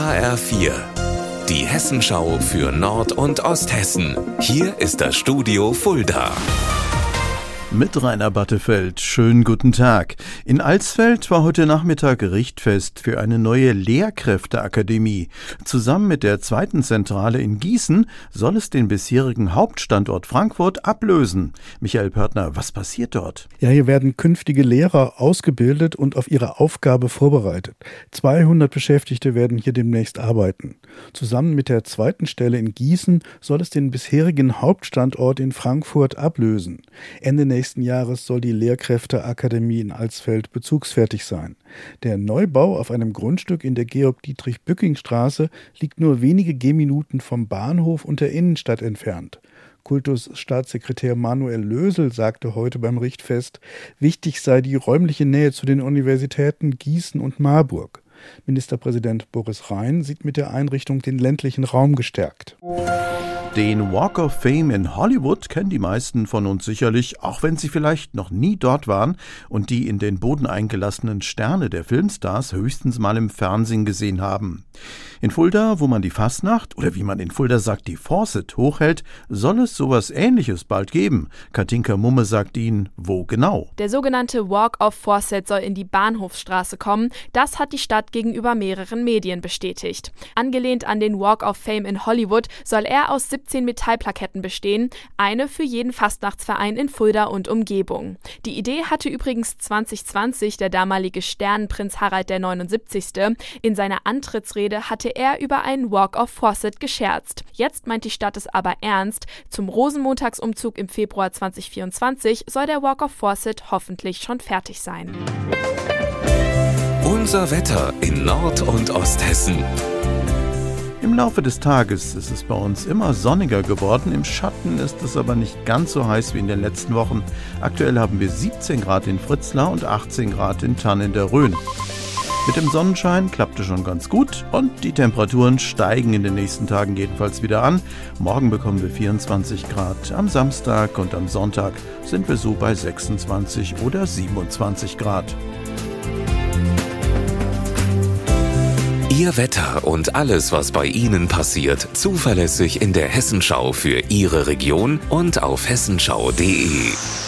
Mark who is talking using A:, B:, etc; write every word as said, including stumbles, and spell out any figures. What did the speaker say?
A: H R vier, die Hessenschau für Nord- und Osthessen. Hier ist das Studio Fulda.
B: Mit Rainer Battefeld. Schönen guten Tag. In Alsfeld war heute Nachmittag Richtfest für eine neue Lehrkräfteakademie. Zusammen mit der zweiten Zentrale in Gießen soll es den bisherigen Hauptstandort Frankfurt ablösen. Michael Pörtner, was passiert dort?
C: Ja, hier werden künftige Lehrer ausgebildet und auf ihre Aufgabe vorbereitet. zweihundert Beschäftigte werden hier demnächst arbeiten. Zusammen mit der zweiten Stelle in Gießen soll es den bisherigen Hauptstandort in Frankfurt ablösen. Ende nächsten Jahres soll die Lehrkräfteakademie in Alsfeld bezugsfertig sein. Der Neubau auf einem Grundstück in der Georg-Dietrich-Bücking-Straße liegt nur wenige Gehminuten vom Bahnhof und der Innenstadt entfernt. Kultusstaatssekretär Manuel Lösel sagte heute beim Richtfest, wichtig sei die räumliche Nähe zu den Universitäten Gießen und Marburg. Ministerpräsident Boris Rhein sieht mit der Einrichtung den ländlichen Raum gestärkt.
B: Den Walk of Fame in Hollywood kennen die meisten von uns sicherlich, auch wenn sie vielleicht noch nie dort waren und die in den Boden eingelassenen Sterne der Filmstars höchstens mal im Fernsehen gesehen haben. In Fulda, wo man die Fasnacht, oder wie man in Fulda sagt, die Fawcett hochhält, soll es sowas Ähnliches bald geben. Katinka Mumme sagt Ihnen, wo genau?
D: Der sogenannte Walk of Fawcett soll in die Bahnhofsstraße kommen. Das hat die Stadt gegenüber mehreren Medien bestätigt. Angelehnt an den Walk of Fame in Hollywood soll er aus siebzehn Metallplaketten bestehen, eine für jeden Fastnachtsverein in Fulda und Umgebung. Die Idee hatte übrigens zwanzig zwanzig der damalige Sternenprinz Harald der neunundsiebzigste In seiner Antrittsrede hatte er über einen Walk of Fawcett gescherzt. Jetzt meint die Stadt es aber ernst. Zum Rosenmontagsumzug im Februar zwanzig vierundzwanzig soll der Walk of Fawcett hoffentlich schon fertig sein.
A: Unser Wetter in Nord- und Osthessen.
B: Im Laufe des Tages ist es bei uns immer sonniger geworden, im Schatten ist es aber nicht ganz so heiß wie in den letzten Wochen. Aktuell haben wir siebzehn Grad in Fritzlar und achtzehn Grad in Thann in der Rhön. Mit dem Sonnenschein klappte schon ganz gut und die Temperaturen steigen in den nächsten Tagen jedenfalls wieder an. Morgen bekommen wir vierundzwanzig Grad, am Samstag und am Sonntag sind wir so bei sechsundzwanzig oder siebenundzwanzig Grad.
A: Ihr Wetter und alles, was bei Ihnen passiert, zuverlässig in der Hessenschau für Ihre Region und auf hessenschau punkt de.